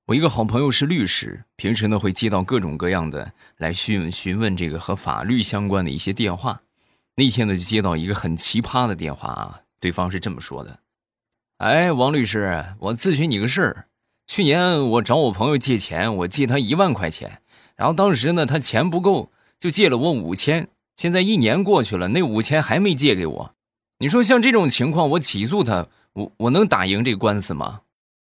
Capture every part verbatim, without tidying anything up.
我一个好朋友是律师，平时呢会接到各种各样的来询询问这个和法律相关的一些电话。那天呢就接到一个很奇葩的电话啊，对方是这么说的：哎，王律师，我咨询你个事儿。去年我找我朋友借钱，我借他一万块钱，然后当时呢他钱不够，就借了我五千。现在一年过去了，那五千还没借给我。你说像这种情况，我起诉他，我我能打赢这个官司吗？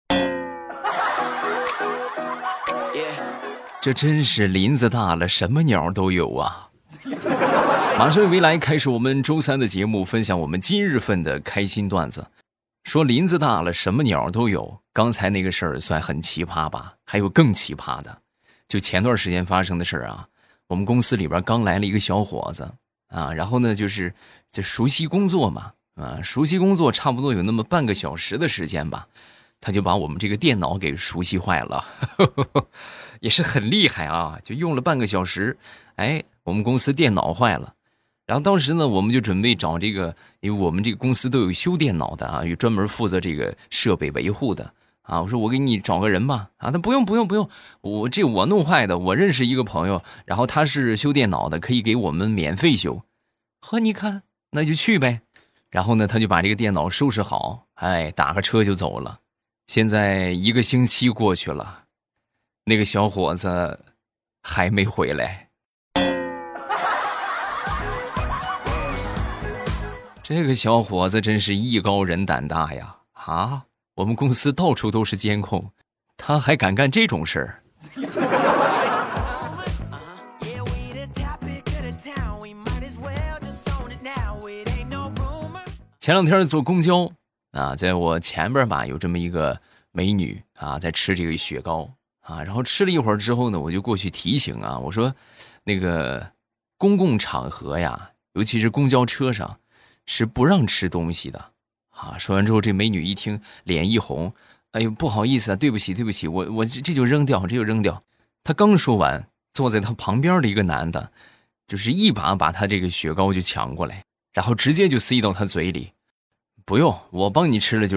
这真是林子大了，什么鸟都有啊！马上未来开始我们周三的节目，分享我们今日份的开心段子。说林子大了，什么鸟都有。刚才那个事儿算很奇葩吧？还有更奇葩的，就前段时间发生的事儿啊。我们公司里边刚来了一个小伙子啊，然后呢就是就熟悉工作嘛，啊，熟悉工作差不多有那么半个小时的时间吧，他就把我们这个电脑给熟悉坏了。呵呵呵，也是很厉害啊，就用了半个小时，哎，我们公司电脑坏了。然后当时呢，我们就准备找这个，因为我们这个公司都有修电脑的啊，有专门负责这个设备维护的啊。我说我给你找个人吧，啊，他不用不用不用，我这我弄坏的，我认识一个朋友，然后他是修电脑的，可以给我们免费修。呵，你看，那就去呗。然后呢，他就把这个电脑收拾好，哎，打个车就走了。现在一个星期过去了，那个小伙子还没回来。这个小伙子真是艺高人胆大呀！啊，我们公司到处都是监控，他还敢干这种事儿。前两天坐公交啊，在我前边吧有这么一个美女啊，在吃这个雪糕啊，然后吃了一会儿之后呢，我就过去提醒啊，我说那个公共场合呀，尤其是公交车上是不让吃东西的啊。说完之后，这美女一听脸一红，哎呦不好意思啊，对不起对不起，我我这就扔掉，这就扔掉。她刚说完，坐在她旁边的一个男的就是一把把她这个雪糕就抢过来，然后直接就塞到她嘴里。不用，我帮你吃了就是。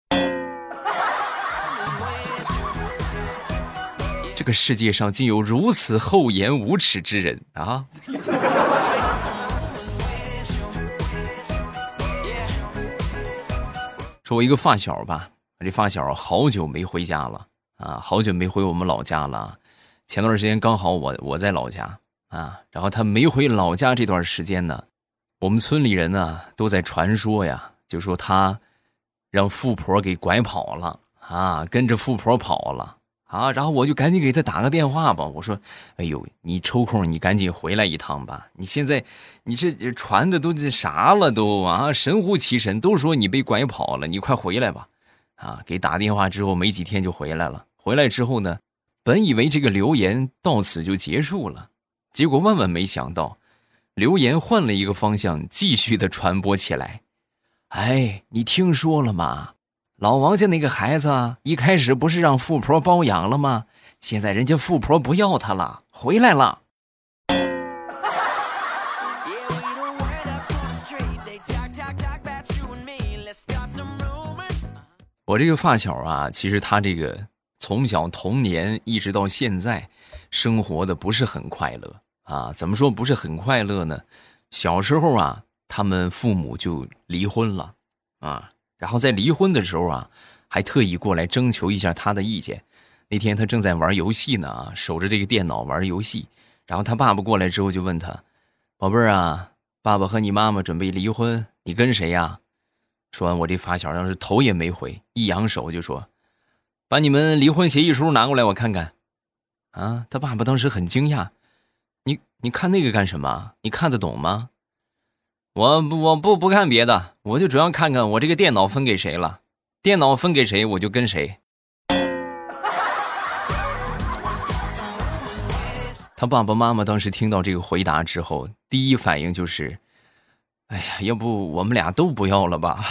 这个世界上竟有如此厚颜无耻之人啊！说我一个发小吧，这发小好久没回家了啊，好久没回我们老家了。前段时间刚好我我在老家啊，然后他没回老家这段时间呢，我们村里人呢都在传说呀，就说他让富婆给拐跑了啊，跟着富婆跑了啊，然后我就赶紧给他打个电话吧，我说，哎呦，你抽空你赶紧回来一趟吧，你现在你这传的都啥了都啊，神乎其神，都说你被拐跑了，你快回来吧。啊，给打电话之后没几天就回来了，回来之后呢，本以为这个流言到此就结束了，结果万万没想到，流言换了一个方向继续的传播起来。哎，你听说了吗？老王家那个孩子一开始不是让富婆包养了吗？现在人家富婆不要他了，回来了。我这个发小啊，其实他这个从小童年一直到现在生活的不是很快乐啊。怎么说不是很快乐呢？小时候啊，他们父母就离婚了啊，然后在离婚的时候啊，还特意过来征求一下他的意见。那天他正在玩游戏呢啊，守着这个电脑玩游戏，然后他爸爸过来之后就问他：宝贝儿啊，爸爸和你妈妈准备离婚，你跟谁呀？说完，我这发小当时头也没回，一扬手就说：把你们离婚协议书拿过来我看看。啊，他爸爸当时很惊讶，你你看那个干什么？你看得懂吗？我我不不看别的，我就主要看看我这个电脑分给谁了，电脑分给谁我就跟谁。他爸爸妈妈当时听到这个回答之后，第一反应就是：哎呀，要不我们俩都不要了吧？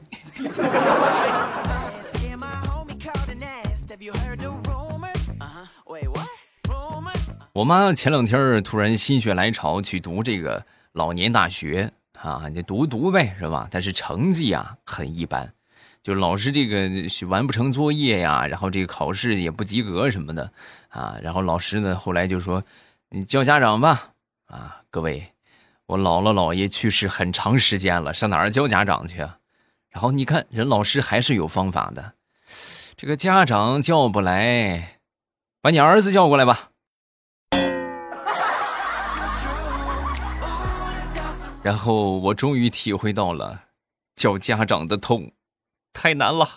我妈前两天突然心血来潮去读这个老年大学啊，你读读呗，是吧？但是成绩啊很一般， 就老师这个完不成作业呀，然后这个考试也不及格什么的啊，然后老师呢后来就说你叫家长吧啊，各位，我姥姥姥爷去世很长时间了，上哪儿叫家长去啊？然后你看人老师还是有方法的，这个家长叫不来，把你儿子叫过来吧。然后我终于体会到了叫家长的痛，太难了。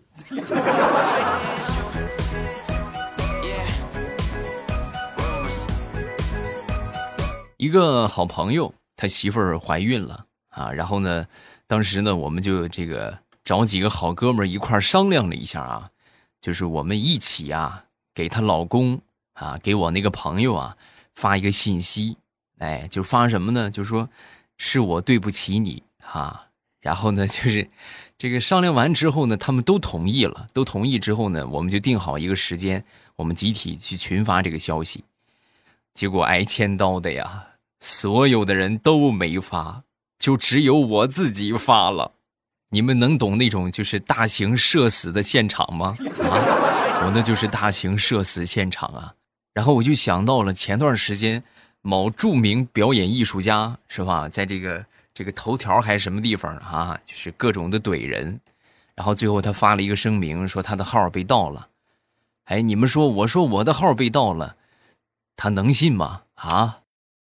一个好朋友他媳妇儿怀孕了啊，然后呢当时呢我们就这个找几个好哥们儿一块商量了一下啊，就是我们一起啊给她老公啊给我那个朋友啊发一个信息，哎，就发什么呢，就说是我对不起你啊，然后呢就是这个商量完之后呢他们都同意了，都同意之后呢我们就定好一个时间，我们集体去群发这个消息。结果挨千刀的呀，所有的人都没发，就只有我自己发了。你们能懂那种就是大型社死的现场吗？啊，我那就是大型社死现场啊。然后我就想到了前段时间某著名表演艺术家是吧，在这个这个头条还是什么地方啊，就是各种的怼人，然后最后他发了一个声明说他的号被盗了。哎，你们说我说我的号被盗了，他能信吗？啊？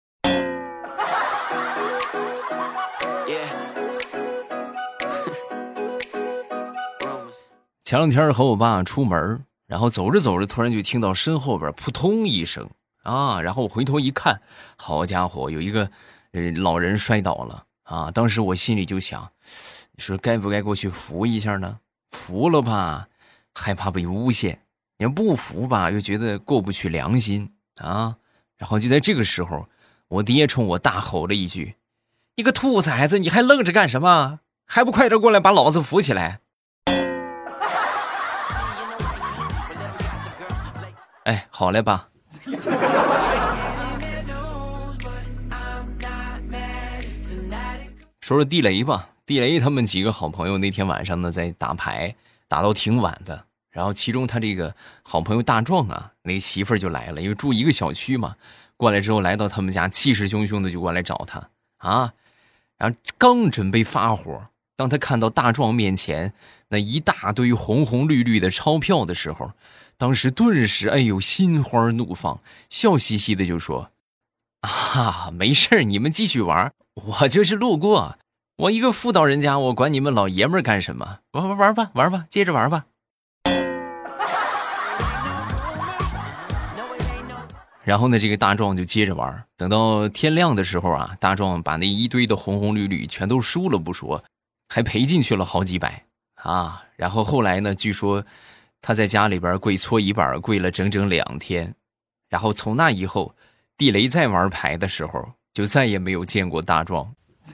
前两天和我爸出门，然后走着走着突然就听到身后边扑通一声啊，然后我回头一看，好家伙，有一个呃老人摔倒了啊！当时我心里就想，你说该不该过去扶一下呢？扶了吧，害怕被诬陷；你要不扶吧，又觉得过不去良心啊。然后就在这个时候，我爹冲我大吼了一句：“你个兔崽子，你还愣着干什么？还不快点过来把老子扶起来！”哎，好嘞吧。说说地雷吧，地雷他们几个好朋友那天晚上呢在打牌，打到挺晚的。然后其中他这个好朋友大壮啊，那个媳妇儿就来了，因为住一个小区嘛，过来之后来到他们家，气势汹汹的就过来找他啊。然后刚准备发火，当他看到大壮面前那一大堆红红绿绿的钞票的时候，当时顿时哎呦心花怒放，笑嘻嘻的就说：“啊，没事，你们继续玩，我就是路过，我一个妇道人家，我管你们老爷们儿干什么？玩玩玩吧，玩吧，接着玩吧。”然后呢，这个大壮就接着玩，等到天亮的时候啊，大壮把那一堆的红红绿绿全都输了不说，还赔进去了好几百啊。然后后来呢，据说他在家里边跪搓衣板跪了整整两天，然后从那以后，地雷再玩牌的时候就再也没有见过大壮。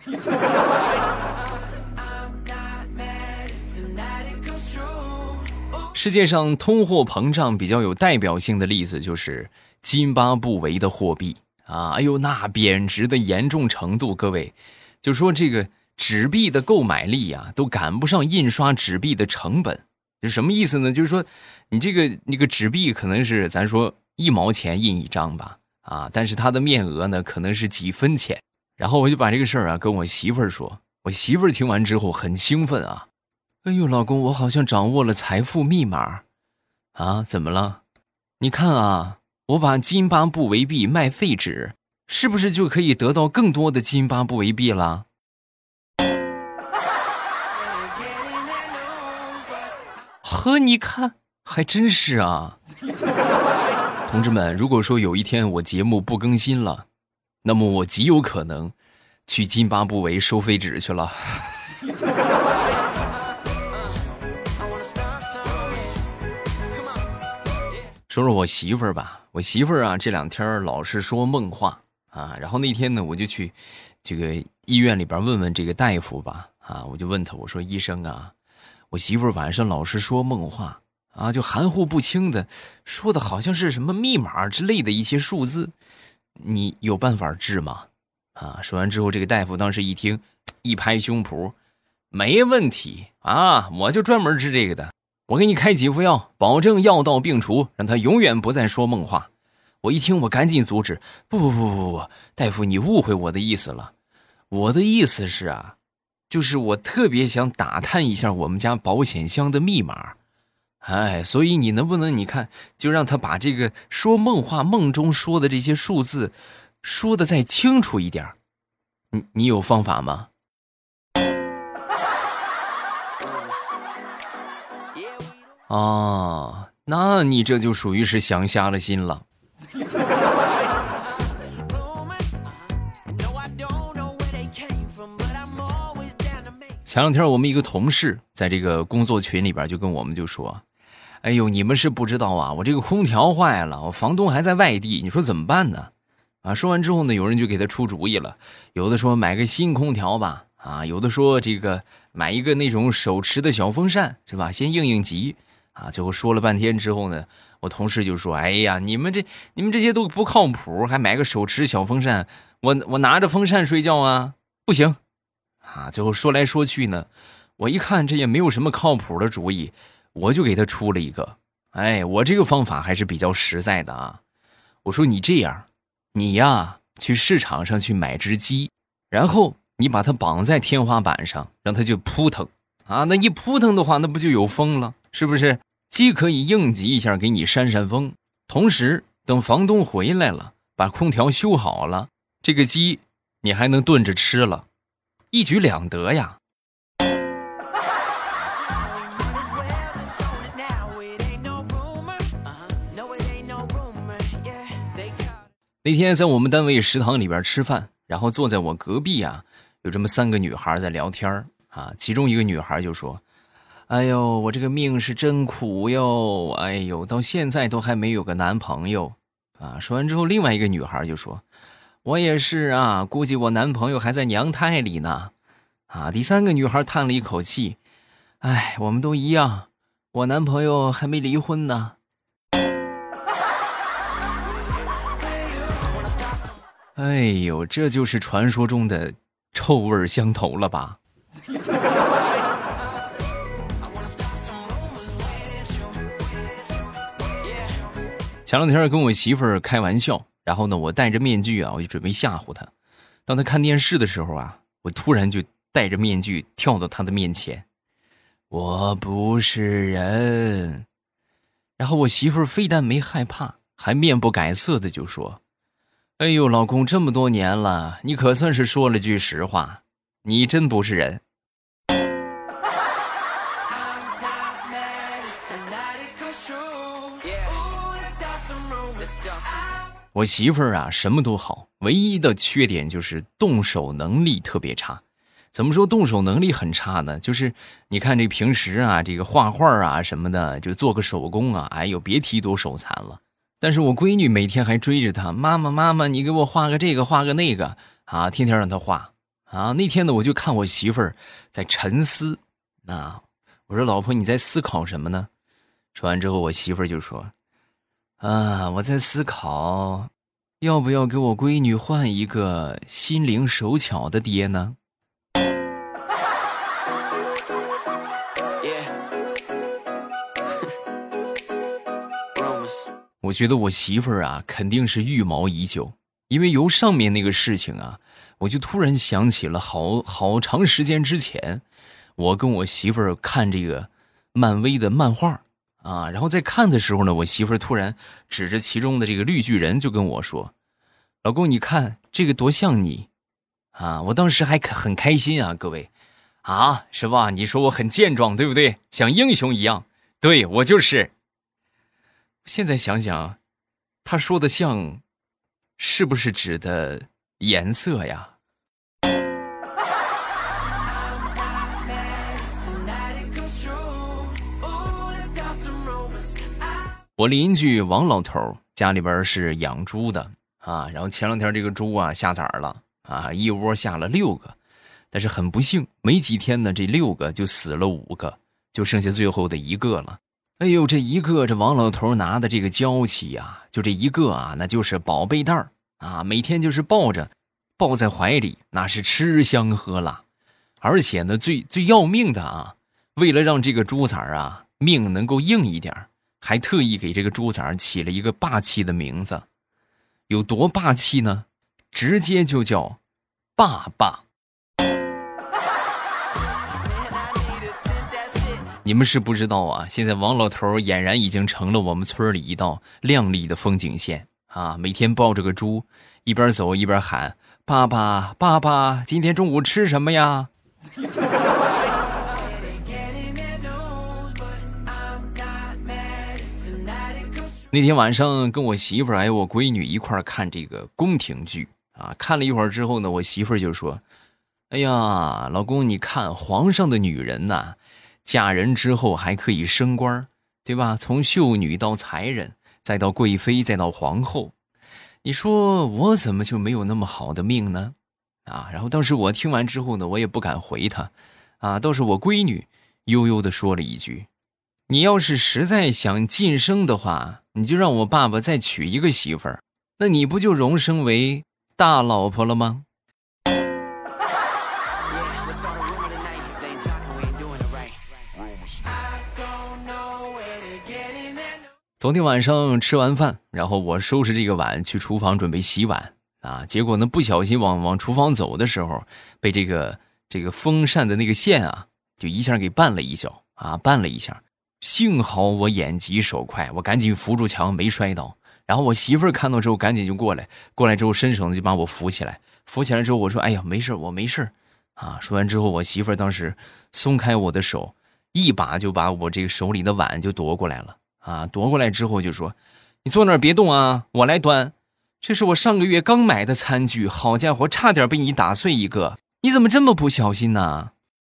世界上通货膨胀比较有代表性的例子就是津巴布韦的货币啊，哎呦，那贬值的严重程度，各位就说这个纸币的购买力啊，都赶不上印刷纸币的成本。就什么意思呢？就是说你这个那个纸币可能是咱说一毛钱印一张吧，啊，但是它的面额呢可能是几分钱。然后我就把这个事儿啊跟我媳妇儿说，我媳妇儿听完之后很兴奋啊，哎呦，老公，我好像掌握了财富密码啊！怎么了？你看啊，我把津巴布韦币卖废纸，是不是就可以得到更多的津巴布韦币了？呵，你看，还真是啊。同志们，如果说有一天我节目不更新了，那么我极有可能去津巴布韦收废纸去了。说说我媳妇儿吧，我媳妇儿啊这两天老是说梦话啊，然后那天呢我就去这个医院里边问问这个大夫吧啊，我就问他，我说医生啊，我媳妇儿晚上老是说梦话啊，就含糊不清的说的好像是什么密码之类的一些数字，你有办法治吗？啊，说完之后这个大夫当时一听，一拍胸脯， 没问题啊，我就专门治这个的。我给你开几副药，保证药到病除，让他永远不再说梦话。我一听，我赶紧阻止，不不不不不，大夫你误会我的意思了，我的意思是啊，就是我特别想打探一下我们家保险箱的密码。哎，所以你能不能你看，就让他把这个说梦话梦中说的这些数字说的再清楚一点。你你有方法吗？哦，那你这就属于是想瞎了心了。前两天我们一个同事在这个工作群里边就跟我们就说，哎呦，你们是不知道啊，我这个空调坏了，我房东还在外地，你说怎么办呢？啊，说完之后呢，有人就给他出主意了，有的说买个新空调吧，啊，有的说这个买一个那种手持的小风扇，是吧？先应应急啊。最后说了半天之后呢，我同事就说，哎呀，你们这你们这些都不靠谱，还买个手持小风扇，我我拿着风扇睡觉啊，不行啊。最后说来说去呢，我一看这也没有什么靠谱的主意，我就给他出了一个，哎，我这个方法还是比较实在的啊。我说你这样，你呀去市场上去买只鸡，然后你把它绑在天花板上，让它就扑腾啊，那一扑腾的话，那不就有风了，是不是？既可以应急一下给你扇扇风，同时等房东回来了，把空调修好了，这个鸡你还能炖着吃了，一举两得呀。那天在我们单位食堂里边吃饭，然后坐在我隔壁啊，有这么三个女孩在聊天啊。其中一个女孩就说：“哎呦，我这个命是真苦哟，哎呦，到现在都还没有个男朋友啊。”说完之后，另外一个女孩就说：“我也是啊，估计我男朋友还在娘胎里呢。”啊，第三个女孩叹了一口气：“哎，我们都一样，我男朋友还没离婚呢。”哎呦，这就是传说中的臭味相投了吧？前两天跟我媳妇儿开玩笑，然后呢，我戴着面具啊，我就准备吓唬她。当她看电视的时候啊，我突然就戴着面具跳到她的面前，我不是人。然后我媳妇儿非但没害怕，还面不改色的就说：“哎呦，老公，这么多年了，你可算是说了句实话，你真不是人。”我媳妇儿啊，什么都好，唯一的缺点就是动手能力特别差。怎么说动手能力很差呢？就是你看这平时啊，这个画画啊什么的，就做个手工啊，哎呦，别提多手残了。但是我闺女每天还追着她，妈妈妈妈，你给我画个这个，画个那个啊，天天让她画啊。那天呢，我就看我媳妇儿在沉思啊，我说老婆你在思考什么呢？说完之后，我媳妇儿就说：“啊，我在思考，要不要给我闺女换一个心灵手巧的爹呢？”我觉得我媳妇儿啊，肯定是预谋已久，因为由上面那个事情啊，我就突然想起了好好长时间之前，我跟我媳妇儿看这个漫威的漫画啊，然后在看的时候呢，我媳妇儿突然指着其中的这个绿巨人就跟我说：“老公，你看这个多像你啊！”我当时还很开心啊，各位啊，是吧？你说我很健壮，对不对？像英雄一样，对，我就是。现在想想，他说的像，是不是指的颜色呀？我邻居王老头家里边是养猪的啊，然后前两天这个猪啊下崽了啊，一窝下了六个，但是很不幸，没几天呢，这六个就死了五个，就剩下最后的一个了。哎呦，这一个这王老头拿的这个娇气呀，就这一个啊，那就是宝贝蛋儿啊，每天就是抱着，抱在怀里，那是吃香喝辣。 而且呢，最最要命的啊，为了让这个猪崽儿啊命能够硬一点，还特意给这个猪崽儿起了一个霸气的名字。有多霸气呢？直接就叫爸爸。你们是不知道啊，现在王老头俨然已经成了我们村里一道亮丽的风景线啊！每天抱着个猪，一边走一边喊：“爸爸，爸爸，今天中午吃什么呀？”那天晚上跟我媳妇儿还有我闺女一块儿看这个宫廷剧啊，看了一会儿之后呢，我媳妇儿就说：“哎呀，老公，你看皇上的女人呐、啊。”嫁人之后还可以升官，对吧？从秀女到才人，再到贵妃，再到皇后。你说我怎么就没有那么好的命呢？啊！然后当时我听完之后呢，我也不敢回她，啊，倒是我闺女悠悠地说了一句：“你要是实在想晋升的话，你就让我爸爸再娶一个媳妇儿，那你不就荣升为大老婆了吗？”昨天晚上吃完饭，然后我收拾这个碗去厨房准备洗碗啊，结果呢不小心往往厨房走的时候，被这个这个风扇的那个线啊，就一下给绊了一脚啊，绊了一下。幸好我眼疾手快，我赶紧扶住墙没摔倒。然后我媳妇儿看到之后赶紧就过来，过来之后伸手就把我扶起来，扶起来之后我说：“哎呀，没事，我没事啊。”说完之后，我媳妇儿当时松开我的手，一把就把我这个手里的碗就夺过来了。啊，夺过来之后就说：“你坐那儿别动啊，我来端。这是我上个月刚买的餐具，好家伙，差点被你打碎一个，你怎么这么不小心呢？”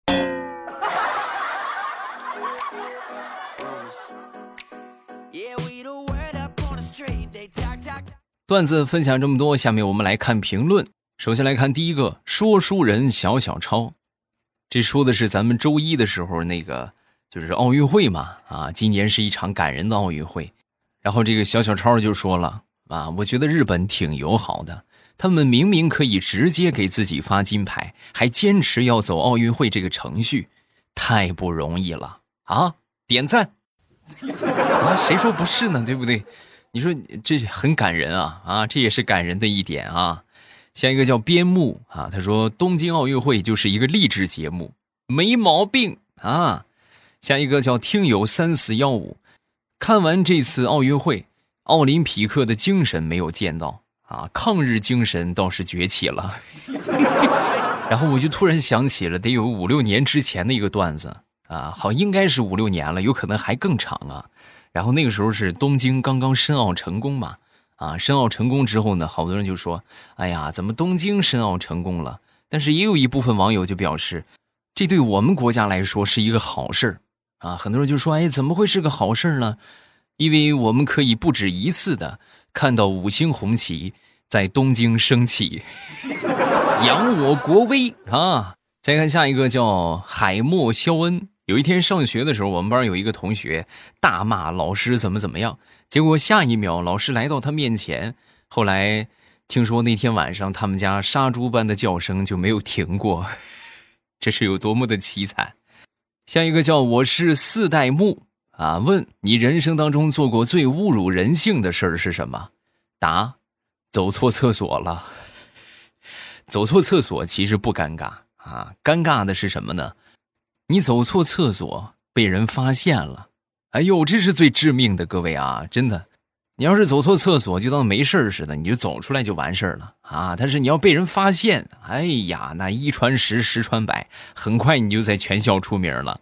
段子分享这么多，下面我们来看评论。首先来看第一个，说书人小小超，这说的是咱们周一的时候那个。就是奥运会嘛，啊，今年是一场感人的奥运会。然后这个小小超就说了啊，我觉得日本挺友好的，他们明明可以直接给自己发金牌，还坚持要走奥运会这个程序，太不容易了啊！点赞啊，谁说不是呢？对不对？你说这很感人啊啊，这也是感人的一点啊。下一个叫边牧啊，他说东京奥运会就是一个励志节目，没毛病啊。下一个叫听友三四一五，看完这次奥运会，奥林匹克的精神没有见到啊，抗日精神倒是崛起了。然后我就突然想起了得有五六年之前的一个段子啊，好应该是五六年了，有可能还更长啊。然后那个时候是东京刚刚申奥成功嘛，啊，申奥成功之后呢，好多人就说，哎呀，怎么东京申奥成功了？但是也有一部分网友就表示，这对我们国家来说是一个好事啊，很多人就说，哎，怎么会是个好事呢？因为我们可以不止一次的看到五星红旗在东京升起，扬我国威啊！再看下一个叫海默肖恩。有一天上学的时候，我们班有一个同学大骂老师怎么怎么样，结果下一秒老师来到他面前，后来听说那天晚上他们家杀猪般的叫声就没有停过，这是有多么的凄惨。下一个叫我是四代目啊，问你人生当中做过最侮辱人性的事儿是什么？答：走错厕所了。走错厕所其实不尴尬啊，尴尬的是什么呢？你走错厕所被人发现了，哎呦，这是最致命的，各位啊，真的。你要是走错厕所就当没事似的，你就走出来就完事了啊！但是你要被人发现，哎呀，那一传十，十传百，很快你就在全校出名了。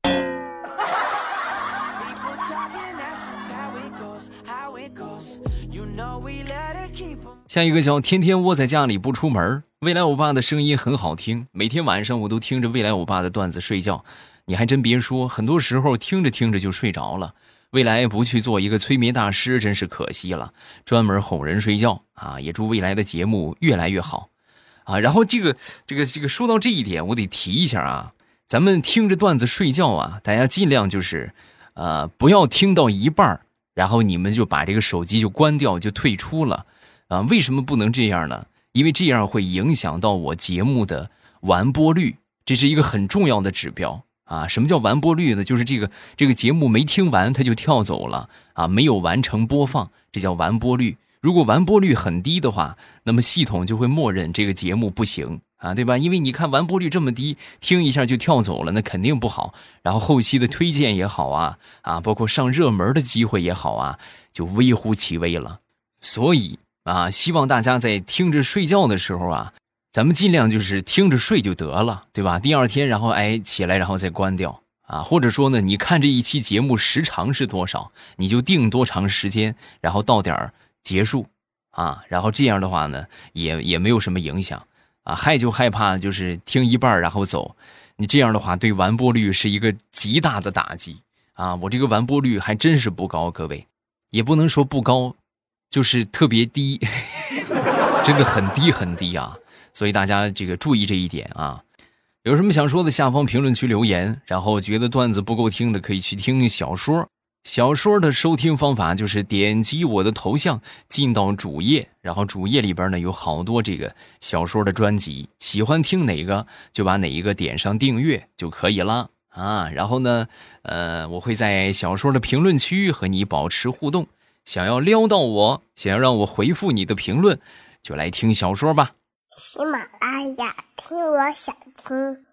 下一个叫天天窝在家里不出门。未来欧巴的声音很好听，每天晚上我都听着未来欧巴的段子睡觉。你还真别说，很多时候听着听着就睡着了。未来不去做一个催眠大师真是可惜了，专门哄人睡觉啊！也祝未来的节目越来越好啊！然后这个这个这个说到这一点，我得提一下啊，咱们听着段子睡觉啊，大家尽量就是呃不要听到一半然后你们就把这个手机就关掉就退出了啊！为什么不能这样呢？因为这样会影响到我节目的完播率， 这是一个很重要的指标啊。什么叫完播率呢？就是这个这个节目没听完它就跳走了啊，没有完成播放，这叫完播率。如果完播率很低的话，那么系统就会默认这个节目不行啊，对吧？因为你看完播率这么低，听一下就跳走了，那肯定不好。然后后期的推荐也好啊，啊，包括上热门的机会也好啊，就微乎其微了。所以啊，希望大家在听着睡觉的时候啊，咱们尽量就是听着睡就得了，对吧？第二天然后哎起来然后再关掉啊，或者说呢，你看这一期节目时长是多少，你就定多长时间，然后到点儿结束啊，然后这样的话呢，也也没有什么影响啊。害就害怕就是听一半然后走，你这样的话对完播率是一个极大的打击啊。我这个完播率还真是不高，各位也不能说不高，就是特别低，真的很低很低啊。所以大家这个注意这一点啊。有什么想说的，下方评论区留言。然后觉得段子不够听的，可以去听小说。小说的收听方法就是点击我的头像进到主页，然后主页里边呢有好多这个小说的专辑，喜欢听哪个就把哪一个点上订阅就可以了啊。然后呢，呃，我会在小说的评论区和你保持互动。想要撩到我，想要让我回复你的评论，就来听小说吧。 喜马拉雅，听我想听。